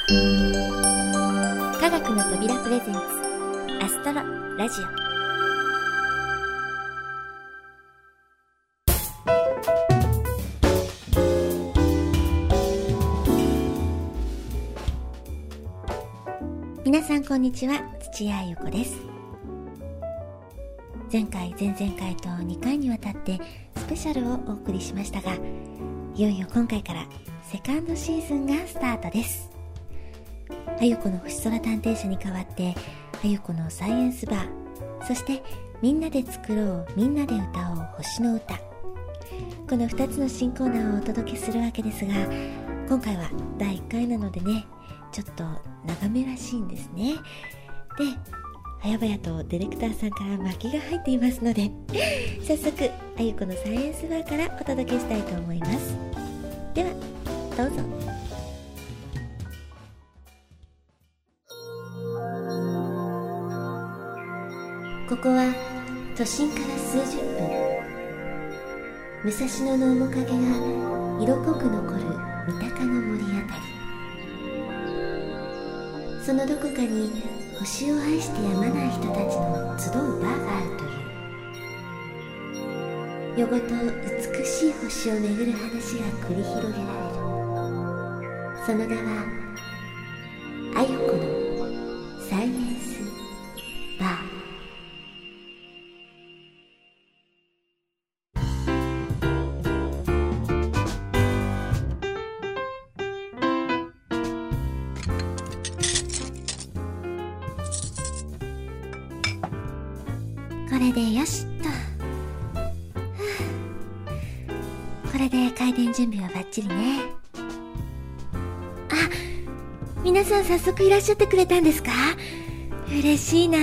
科学の扉プレゼンツアストロラジオ。皆さんこんにちは、土屋あゆ子です。前回前々回と2回にわたってスペシャルをお送りしましたが、いよいよ今回からセカンドシーズンがスタートです。あゆこの星空探偵社に代わってあゆこのサイエンスバー、そしてみんなで作ろうみんなで歌おう星の歌、この2つの新コーナーをお届けするわけですが、今回は第1回なのでね、ちょっと長めらしいんですね。で、早々とディレクターさんから巻きが入っていますので早速あゆこのサイエンスバーからお届けしたいと思います。ではどうぞ。ここは都心から数十分、武蔵野の面影が色濃く残る三鷹の森あたり、そのどこかに星を愛してやまない人たちの集うバーがあるという。夜ごと美しい星を巡る話が繰り広げられる。その名はあゆこのサイエンスバー。これでよしっと、これで開店準備はバッチリね。あ、皆さん早速いらっしゃってくれたんですか？嬉しいな。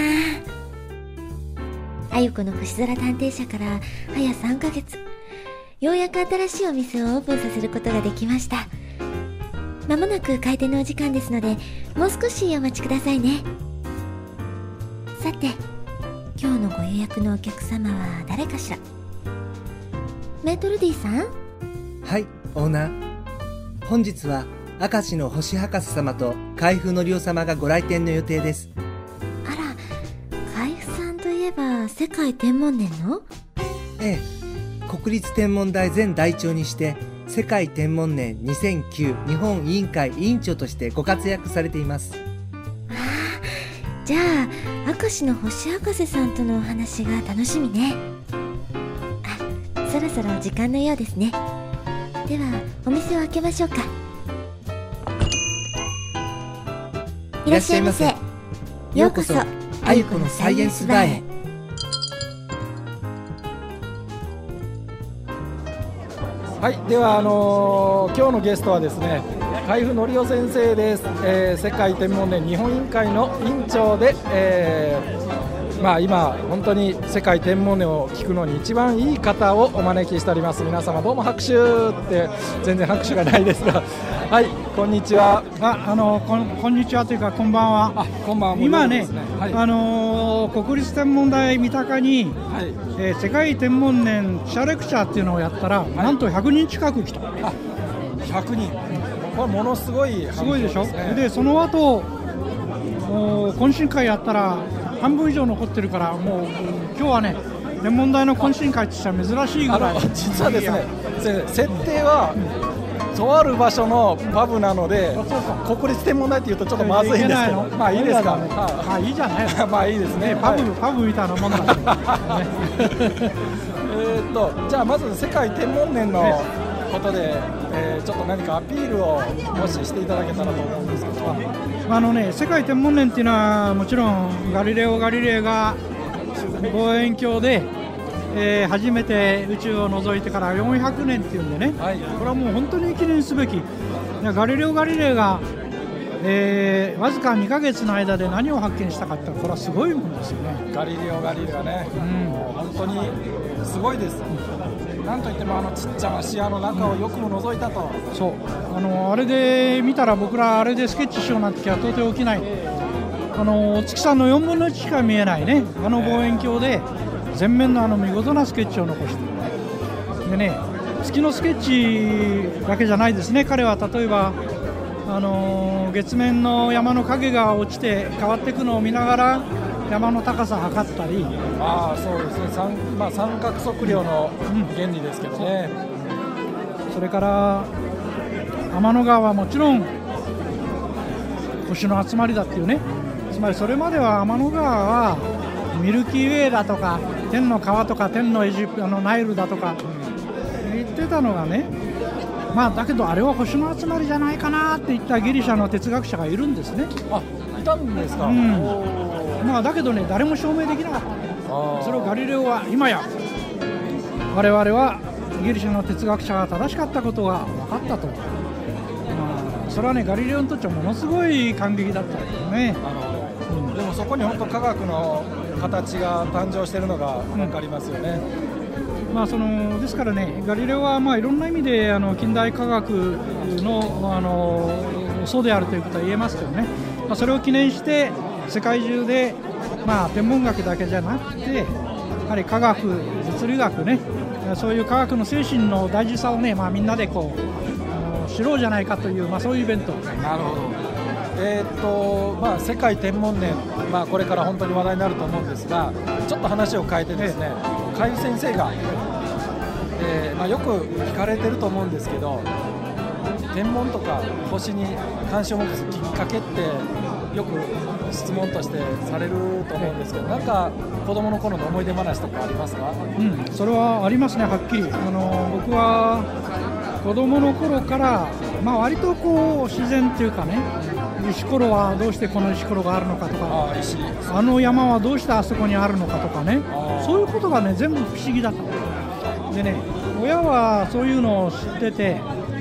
あゆこの星空探偵社から早3ヶ月、ようやく新しいお店をオープンさせることができました。まもなく開店のお時間ですので、もう少しお待ちくださいね。さて、今日のご予約のお客様は誰かしら？メートル D さん？ はい、オーナー。本日は明石の星博士様と海部のりお様がご来店の予定です。 あら、海部さんといえば世界天文年の？ ええ、国立天文台前台長にして世界天文年2009日本委員会委員長としてご活躍されています。 ああ、じゃあ明石の星博士さんとのお話が楽しみね。あ、そろそろ時間のようですね。ではお店を開けましょうか。いらっしゃいませ。ようこそあゆこのサイエンスバーへ。 はい、では今日のゲストはですね、海部のりお先生です。世界天文年日本委員会の委員長で、今本当に世界天文年を聞くのに一番いい方をお招きしております。皆様どうも拍手って全然拍手がないですがはい、こんにちは。 こんにちはというかこんばんは。 こんばんは。 今ね、 はい、 国立天文台三鷹に、はい、世界天文年記者レクチャーっていうのをやったら、はい、なんと100人近く来た。 100人、これものすごいすごいでしょ。でその後懇親会やったら半分以上残ってるから、もう今日はね、天文台の懇親会って言ったら珍しいぐらい。 実はですね、設定は、とある場所のパブなので、国立天文台って言うとちょっとまずいんですけど、まあいいですか。 いいじゃないまあいいですね。 パブみたいなもんなんでじゃあまず世界天文年のことで、ちょっと何かアピールをもししていただけたらと思うんですけど。 世界天文年っていうのはもちろんガリレオ・ガリレイが望遠鏡で、初めて宇宙を覗いてから400年っていうんでね、はい、これはもう本当に記念すべき。ガリレオ・ガリレイが、わずか2ヶ月の間で何を発見したかって、これはすごいもんですよね。 ガリレオ・ガリレイはね、もう本当にすごいです。なんといってもちっちゃな視野の中をよくも覗いたと。 そう、あれで見たら、僕らあれでスケッチしようなんて気は到底起きない。お月さんの4分の1しか見えないね、望遠鏡で全面の見事なスケッチを残してる。でね、月のスケッチだけじゃないですね。彼は例えば月面の山の影が落ちて変わっていくのを見ながら山の高さを測ったり、 そうですね、三角測量の原理ですけどね、 それから天の川はもちろん星の集まりだっていうね。つまりそれまでは天の川はミルキーウェイだとか天の川とか天のナイルだとか言ってたのがね、だけどあれは星の集まりじゃないかなって言ったギリシャの哲学者がいるんですね。 いたんですか。 だけどね、誰も証明できなかった。それをガリレオは今や我々はギリシャの哲学者が正しかったことが分かったと。それはね、ガリレオにとってはものすごい感激だったんですよね。 でもそこに本当科学の形が誕生しているのが分かりますよね。 ですからね、ガリレオはいろんな意味で近代科学のそうであるということは言えますけどね、それを記念して世界中で、天文学だけじゃなくてやはり科学、物理学ね、そういう科学の精神の大事さをね、みんなで知ろうじゃないかという、そういうイベント。 なるほど。世界天文年、これから本当に話題になると思うんですが、ちょっと話を変えてですね、海部先生が、よく聞かれてると思うんですけど、天文とか星に関心を持つきっかけってよく質問としてされると思うんですけど、なんか子供の頃の思い出話とかありますか？ それはありますね、はっきり。僕は子供の頃から、割と自然っていうかね、石ころはどうしてこの石ころがあるのかとか、あの山はどうしてあそこにあるのかとかね、そういうことがね全部不思議だったでね、親はそういうのを知ってて、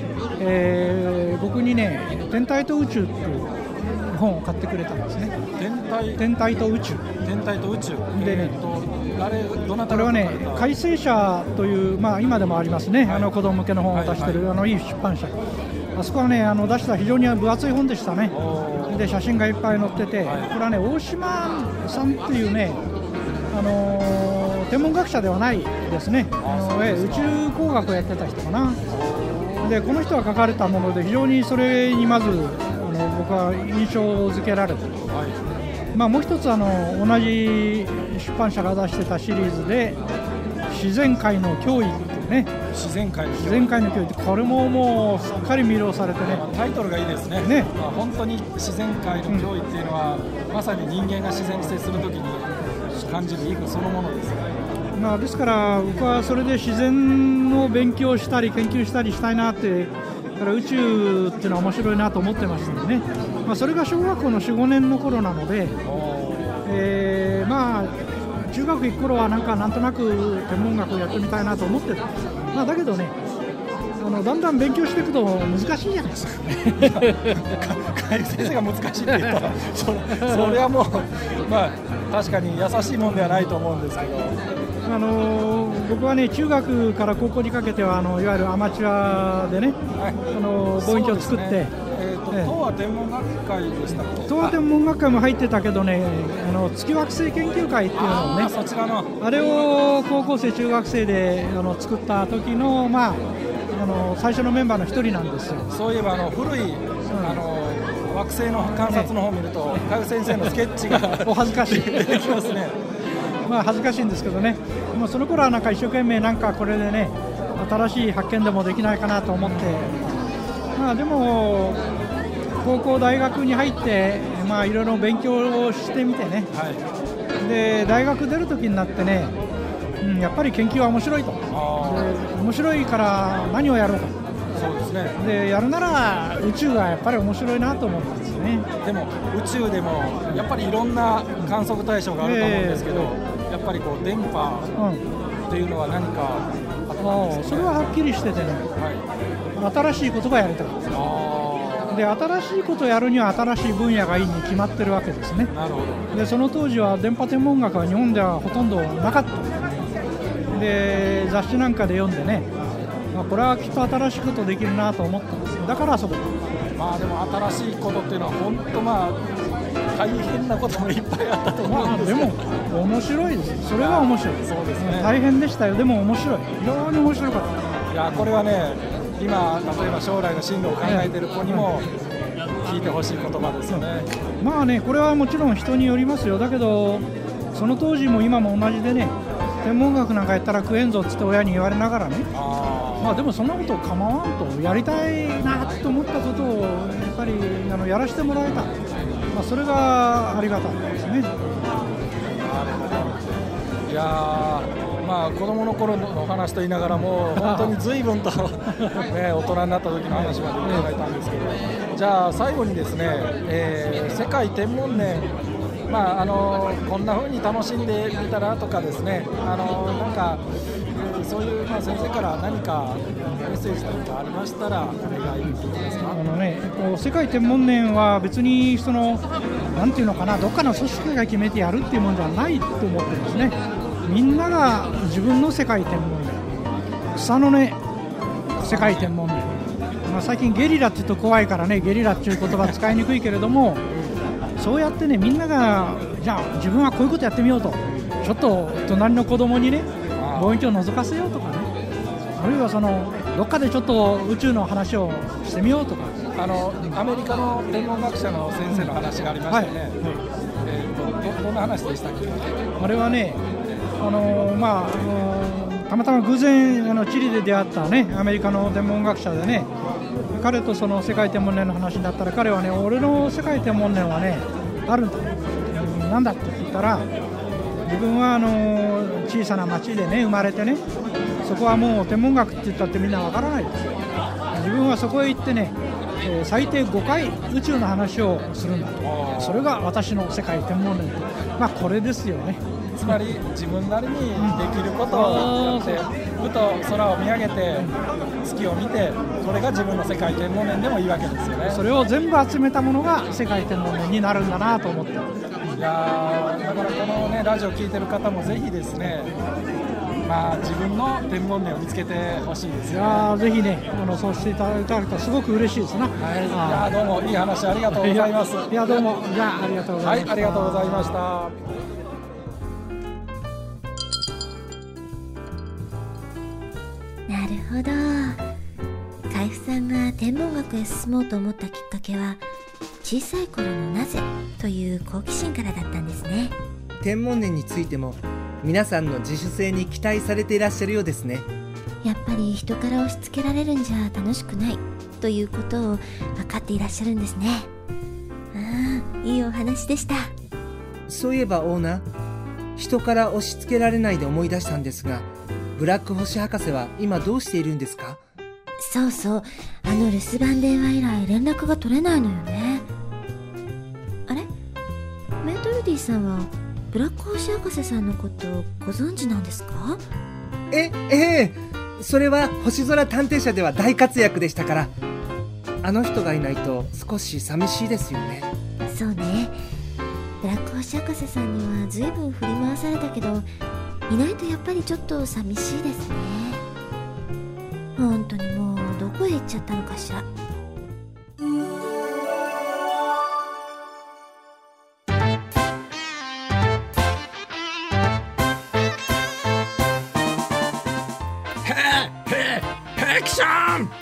僕にね「天体と宇宙」っていう本を買ってくれたんですね。天体と宇宙でね、どなたこれはね、海星社という、今でもありますね、子供向けの本を出している、いい出版社。あそこはね、出した非常に分厚い本でしたね。で写真がいっぱい載ってて、これはね、大島さんっていうね、天文学者ではないですね、宇宙工学をやってた人かな。でこの人が書かれたもので非常にそれにまず僕は印象づけられて、もう一つ同じ出版社が出してたシリーズで自然界の脅威っていうね、 自然界の脅威って、これももうすっかり魅了されてね、 タイトルがいいですね。本当に自然界の脅威っていうのは、まさに人間が自然に接するときに感じる意義そのものですね。 ですから僕はそれで自然を勉強したり研究したりしたいなって、だから宇宙っていうのは面白いなと思ってましたんでね、それが小学校の 4,5 年の頃なので、中学行く頃はなんとなく天文学をやってみたいなと思ってた。だけどね、だんだん勉強していくと難しいじゃないですか。 海部先生が難しいって言ったらそれはもう確かに優しいもんではないと思うんですけど、 僕はね、中学から高校にかけてはいわゆるアマチュアでね、望遠鏡を作って、 東亜天文学会でしたっけ？ 東亜天文学会も入ってたけどね、月惑星研究会っていうのをね、 そちらのあれを高校生中学生で作った時の最初のメンバーの一人なんですよ。 そういえば古い惑星の観察の方を見ると、海部先生のスケッチがお恥ずかしい出てきますね。 恥ずかしいんですけどね、その頃は一生懸命これでね、新しい発見でもできないかなと思って、でも高校大学に入っていろいろ勉強をしてみてね、で大学出る時になってね、やっぱり研究は面白いと、面白いから何をやろうか、 そうですね、 でやるなら宇宙がやっぱり面白いなと思ったんですね。 でも宇宙でもやっぱりいろんな観測対象があると思うんですけど、やっぱり電波っていうのは何かあったんですか？ それははっきりしててね、新しいことがやりたかった。で新しいことをやるには新しい分野がいいに決まってるわけですね。 なるほど。 でその当時は電波天文学は日本ではほとんどなかった。で雑誌なんかで読んでね、これはきっと新しいことできるなと思ったんです。だからそこででも新しいことっていうのは本当大変なこともいっぱいあったと思うんですけど、 でも面白いです。それは面白い。 そうですね。 大変でしたよ。でも面白い。非常に面白かった。 いやこれはね、今例えば将来の進路を考えている子にも聞いてほしい言葉ですよね。 まあね、これはもちろん人によりますよ。だけどその当時も今も同じでね、天文学なんかやったら食えんぞっつって親に言われながらね、まあでもそんなこと構わんと、やりたいなと思ったことをやっぱりやらせてもらえた、まあ、それがありがたいですね。 いやまあ子供の頃の話と言いながらも本当に随分と、ね、大人になった時の話までいただいたんですけど、じゃあ最後にですね、世界天文年、まあこんな風に楽しんでみたらとかですね、なんかそういう、まあ、先生から何かメッセージとかありましたらお願いできますか。 世界天文年は別になんていうのかな、どっかの組織が決めてやるっていうもんじゃないと思ってるんですね。みんなが自分の世界天文年、草の根世界天文年、まあ、最近ゲリラって言うと怖いからね、ゲリラっていう言葉使いにくいけれども、そうやってね、みんながじゃあ自分はこういうことやってみようと、ちょっと隣の子供にね望遠鏡を覗かせようとかね、あるいはどっかでちょっと宇宙の話をしてみようとか、 アメリカの天文学者の先生の話がありましたよね。どんな話でしたっけ。 あれはね、たまたま偶然チリで出会ったねアメリカの天文学者でね、彼とその世界天文年の話になったら、彼はね、俺の世界天文年はねあるんだ、なんだって言ったら、自分は小さな町でね生まれてね、そこはもう天文学って言ったってみんなわからないです。自分はそこへ行ってね、最低5回宇宙の話をするんだと、それが私の世界天文年と、まあこれですよね。 つまり自分なりにできることをやって、ふと空を見上げて月を見て、それが自分の世界天文年でもいいわけですよね。 それを全部集めたものが世界天文年になるんだなと思って。 いやだからこのねラジオ聞いてる方もぜひですね、まあ自分の天文年を見つけてほしいですよね。 いやぜひねそうしていただいたらすごく嬉しいですな。 はい、いやどうもいい話ありがとうございます。 いやどうも、じゃあありがとうございました。 はい、ありがとうございました。 なるほど。海部さんが天文学へ進もうと思ったきっかけは、小さい頃のなぜという好奇心からだったんですね。 天文年についても皆さんの自主性に期待されていらっしゃるようですね。 やっぱり人から押し付けられるんじゃ楽しくないということを分かっていらっしゃるんですね。いいお話でした。 そういえばオーナー、人から押し付けられないで思い出したんですが、ブラック星博士は今どうしているんですか？ そうそう、留守番電話以来連絡が取れないのよね。あれ、メートルディさんはブラック星博士さんのことご存知なんですか？ それは星空探偵社では大活躍でしたから、あの人がいないと少し寂しいですよね。 そうね、ブラック星博士さんには随分振り回されたけど、いないとやっぱりちょっと寂しいですね。本当にもうどこへ行っちゃったのかしら。 キシャン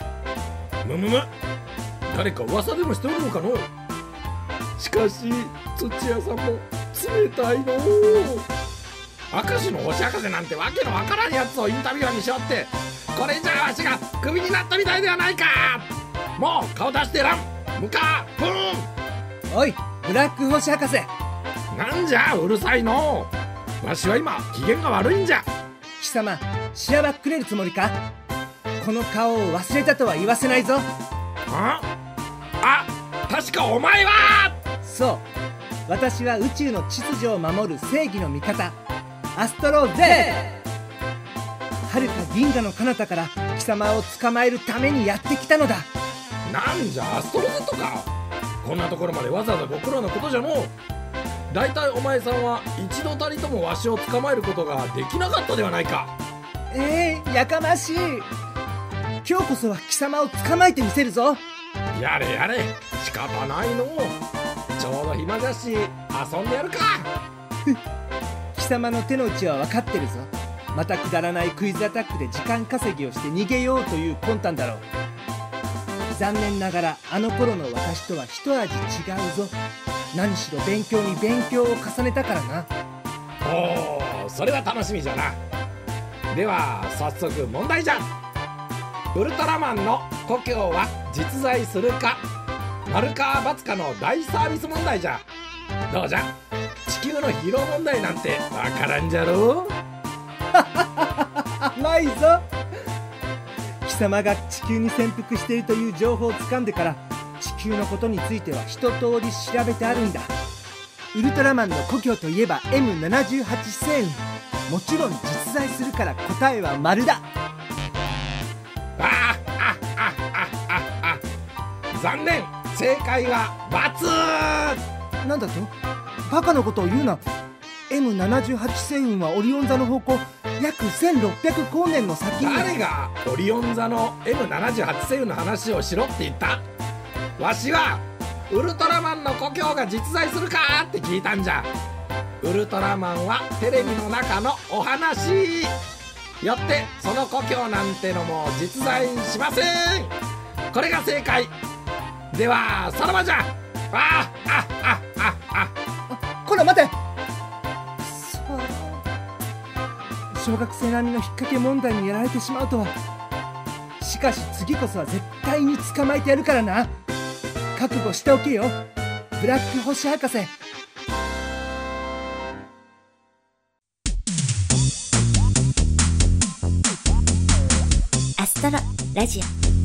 誰か噂でもしておるのかの。しかし土屋さんも冷たいの。明石の星博士なんてわけのわからんやつをインタビュアーにしよって、これじゃあわしがクビになったみたいではないか。もう顔出してらん。ムカプーン。 おいブラック星博士、 なんじゃうるさいの。わしは今機嫌が悪いんじゃ。 貴様しらばっくれるつもりか？この顔を忘れたとは言わせないぞ。 確かお前は。 そう、私は宇宙の秩序を守る正義の味方、アストロゼ。はるか銀河の彼方から貴様を捕まえるためにやってきたのだ。 なんじゃアストロゼットか。こんなところまでわざわざご苦労のことじゃのう。だいたいお前さんは一度たりともわしを捕まえることができなかったではないか。 やかましい。今日こそは貴様を捕まえてみせるぞ。 やれやれ、仕方ないの。ちょうど暇だし遊んでやるか。 貴様の手の内は分かってるぞ。またくだらないクイズアタックで時間稼ぎをして逃げようという魂胆だろう。 残念ながらあの頃の私とは一味違うぞ。何しろ勉強に勉強を重ねたからな。 おお、それは楽しみじゃな。では早速問題じゃ。ウルトラマンの故郷は実在するか、丸か×かの大サービス問題じゃ。どうじゃ、地球のヒーロー問題なんてわからんじゃろう。 甘いぞ。貴様が地球に潜伏しているという情報をつかんでから地球のことについては一通り調べてあるんだ。ウルトラマンの故郷といえば M78 星雲。もちろん実在するから答えは丸だ。 残念、正解は×。 なんだと？バカなことを言うな。 M78 星雲はオリオン座の方向約1600光年の先に。 誰がオリオン座の M78 星雲の話をしろって言った？わしはウルトラマンの故郷が実在するかって聞いたんじゃ。ウルトラマンはテレビの中のお話。よってその故郷なんてのも実在しません。これが正解ではさらばじゃ。 こら待て。小学生並みの引っ掛け問題にやられてしまうとは。しかし次こそは絶対に捕まえてやるからな。覚悟しておけよ、ブラック星博士。 アストロラジオ。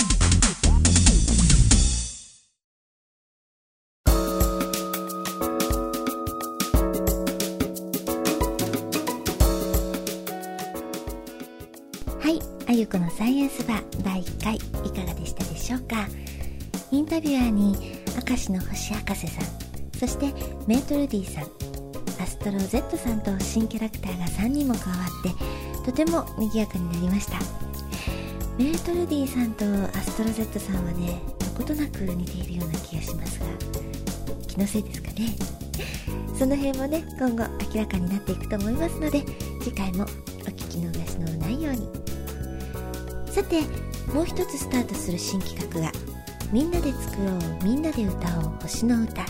はい、あゆこのサイエンスバー第1回いかがでしたでしょうか。インタビュアーに明石の星博士さん、そしてメートル D さん、アストロ Z さんと新キャラクターが3人も加わってとても賑やかになりました。メートル D さんとアストロ Z さんはね、どことなく似ているような気がしますが、気のせいですかね。その辺もね、今後明らかになっていくと思いますので、次回もお聞き逃しのないように。さて、もう一つスタートする新企画が、みんなで作ろう、みんなで歌おう星の歌です。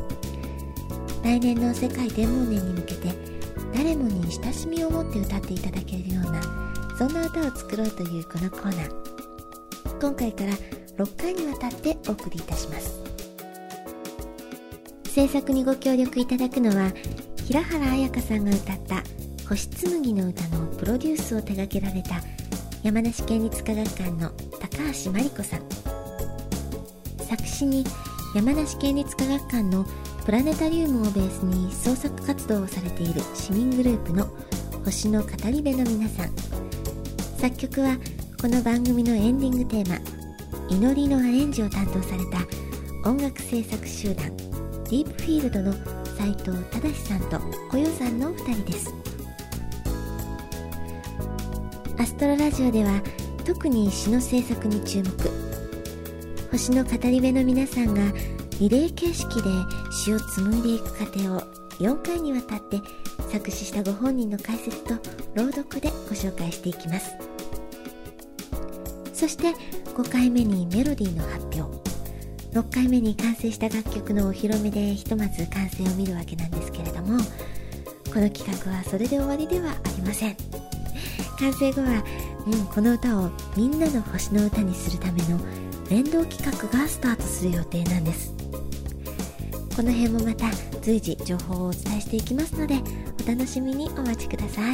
来年の世界天文年に向けて、誰もに親しみを持って歌っていただけるような、そんな歌を作ろうというこのコーナー、今回から6回にわたってお送りいたします。制作にご協力いただくのは、平原綾香さんが歌った星紬の歌のプロデュースを手掛けられた山梨県立科学館の高橋真理子さん、作詞に山梨県立科学館のプラネタリウムをベースに創作活動をされている市民グループの星の語り部の皆さん、作曲はこの番組のエンディングテーマ祈りのアレンジを担当された音楽制作集団ディープフィールドの斉藤忠さんと小代さんの2人です。アストロラジオでは特に詩の制作に注目。星の語り部の皆さんがリレー形式で詩を紡いでいく過程を4回にわたって作詞したご本人の解説と朗読でご紹介していきます。そして5回目にメロディーの発表、6回目に完成した楽曲のお披露目でひとまず完成を見るわけなんですけれども、この企画はそれで終わりではありません。完成後は、この歌をみんなの星の歌にするための連動企画がスタートする予定なんです。この辺もまた随時情報をお伝えしていきますので、お楽しみにお待ちください。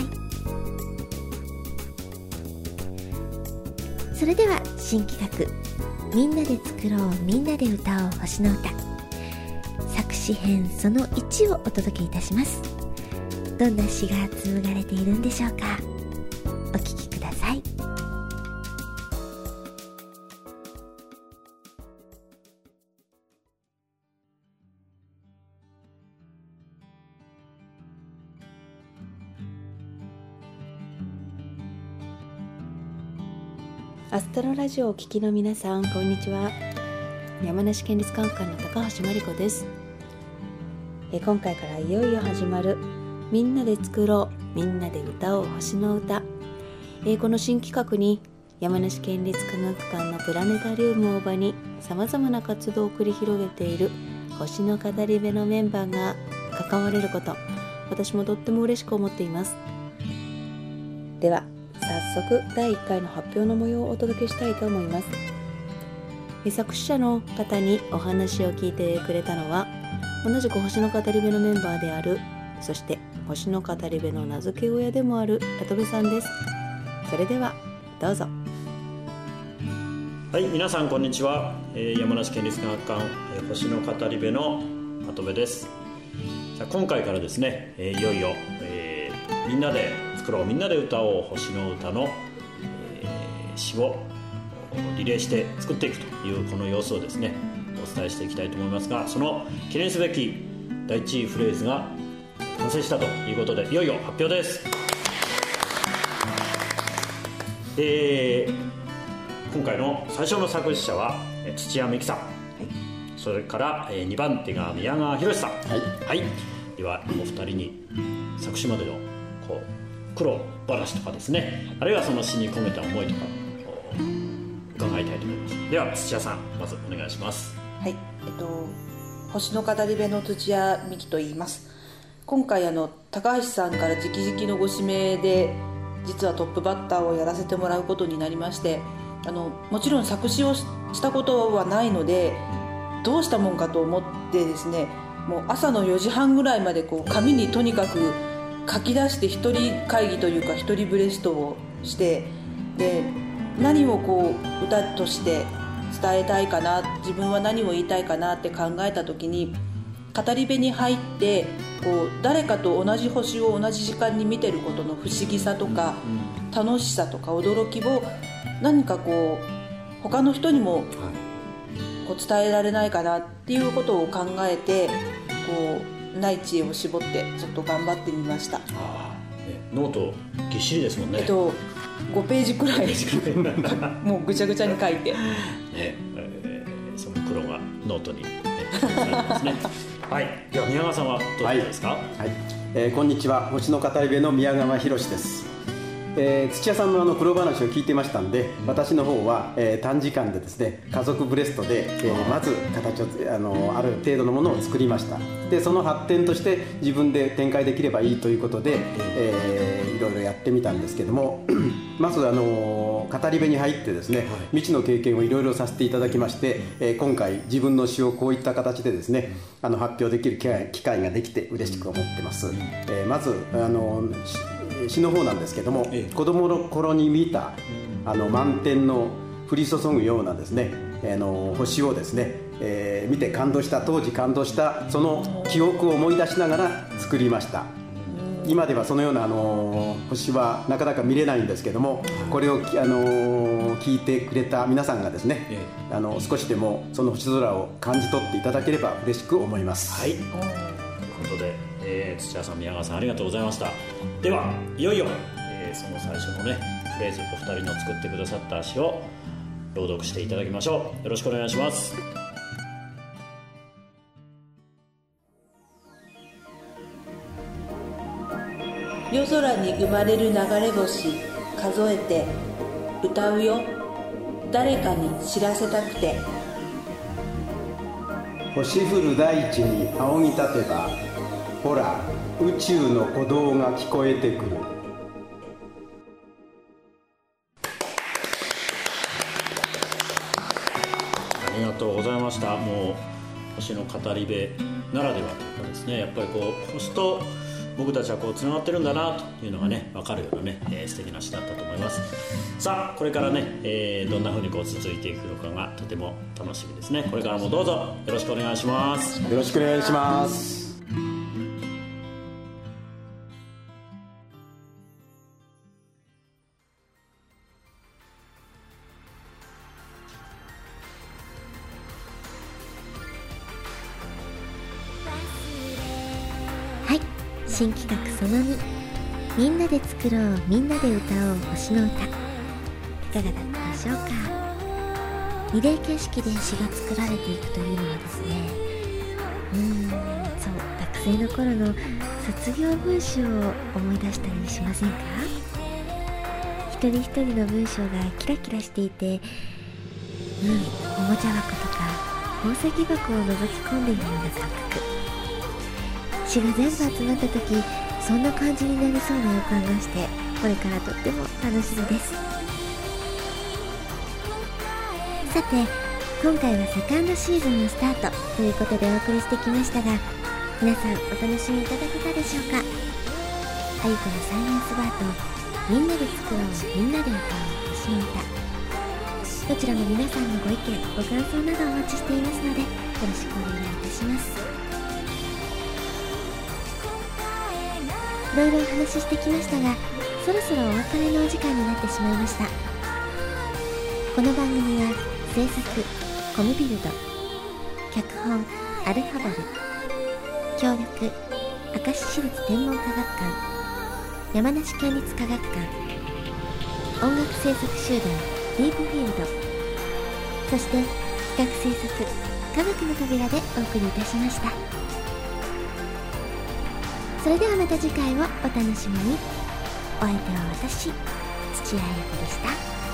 それでは新企画、みんなで作ろう、みんなで歌おう星の歌、作詞編その1をお届けいたします。どんな詩が紡がれているんでしょうか。お聞きください。 アストロラジオをお聞きの皆さん、こんにちは。山梨県立科学館の高橋真理子です。今回からいよいよ始まるみんなで作ろう、みんなで歌おう星の歌。この新企画に山梨県立科学館のプラネタリウムを場にさまざまな活動を繰り広げている星の語り部のメンバーが関われること、私もとっても嬉しく思っています。では早速第1回の発表の模様をお届けしたいと思います。作詞者の方にお話を聞いてくれたのは、同じく星の語り部のメンバーである、そして星の語り部の名付け親でもある跡部さんです。それではどうぞ。 はい、皆さんこんにちは。山梨県立科学館星の語り部の跡部です。今回からですね、いよいよ、みんなで作ろうみんなで歌おう星の歌の、詩をリレーして作っていくというこの様子をですねお伝えしていきたいと思いますが、その記念すべき第1フレーズが完成したということで、いよいよ発表です。今回の最初の作詞者は土屋美紀さん、それから2番手が宮川博さん、ではお二人に作詞までの苦労話とかですね、あるいはその詩に込めた思いとか伺いたいと思います。では土屋さん、まずお願いします。 はい、星の語り部の土屋美紀と言います。今回高橋さんから直々のご指名で実はトップバッターをやらせてもらうことになりまして、もちろん作詞をしたことはないのでどうしたもんかと思ってですね、もう朝の4時半ぐらいまで紙にとにかく書き出して一人会議というか一人ブレストをして、で何を歌として伝えたいかな、自分は何を言いたいかなって考えた時に、語り部に入って誰かと同じ星を同じ時間に見てることの不思議さとか、楽しさとか驚きを何か他の人にも伝えられないかなっていうことを考えて、ない知恵を絞ってちょっと頑張ってみました。 ノートぎっしりですもんね。 5ページくらいもうぐちゃぐちゃに書いて、 その苦労がノートに記されてますね。はい、では宮川さんはどうですか。 こんにちは、星の語り部の宮川博です。土屋さんの苦労話を聞いてましたんで、私の方は、短時間でですね家族ブレストで、まず形をある程度のものを作りました。でその発展として自分で展開できればいいということで、いろいろやってみたんですけどもまず語り部に入ってですね、未知の経験をいろいろさせていただきまして、今回自分の詩をこういった形でですね発表できる機会ができて嬉しく思ってます。まず詩の方なんですけども、子供の頃に見た満天の降り注ぐようなですね星をですね、見て感動した、当時感動したその記憶を思い出しながら作りました。今ではそのような星はなかなか見れないんですけども、これを聞いてくれた皆さんがですね、少しでもその星空を感じ取っていただければ嬉しく思います。 はい、ということで、土屋さん、宮川さん、ありがとうございました。ではいよいよ、その最初のねフレーズ、お二人の作ってくださった詩を朗読していただきましょう。よろしくお願いします。 夜空に生まれる流れ星数えて歌うよ、誰かに知らせたくて。 星降る大地に仰ぎ立てば、ほら宇宙の鼓動が聞こえてくる。 ありがとうございました。もう星の語り部ならではというかですね、やっぱり星と僕たちはつながってるんだなというのがね分かるようなね、素敵な詩だったと思います。さあこれからね、どんな風に続いていくのかがとても楽しみですね。これからもどうぞよろしくお願いします。 よろしくお願いします。 新企画その2、みんなで作ろうみんなで歌おう星の歌、いかがだったでしょうか。リレー形式で詩が作られていくというのはですね、そう、学生の頃の卒業文集を思い出したりしませんか。 一人一人の文章がキラキラしていて、おもちゃ箱とか宝石箱を覗き込んでいるような感覚。詩が全部集まった時、そんな感じになりそうな予感がして、これからとっても楽しみです。さて、今回はセカンドシーズンのスタートということでお送りしてきましたが、皆さんお楽しみいただけたでしょうか。あゆこのサイエンスバーとみんなで作ろうみんなで歌おう星の歌、どちらも皆さんのご意見ご感想などお待ちしていますので、よろしくお願いいたします。いろいろお話ししてきましたが、そろそろお別れのお時間になってしまいました。この番組は制作コムビルド、脚本アルファボル、協力明石市立天文科学館、山梨県立科学館、音楽制作集団ディープフィールド、そして企画制作科学の扉でお送りいたしました。それではまた次回をお楽しみに。お相手は私、土屋ゆ子でした。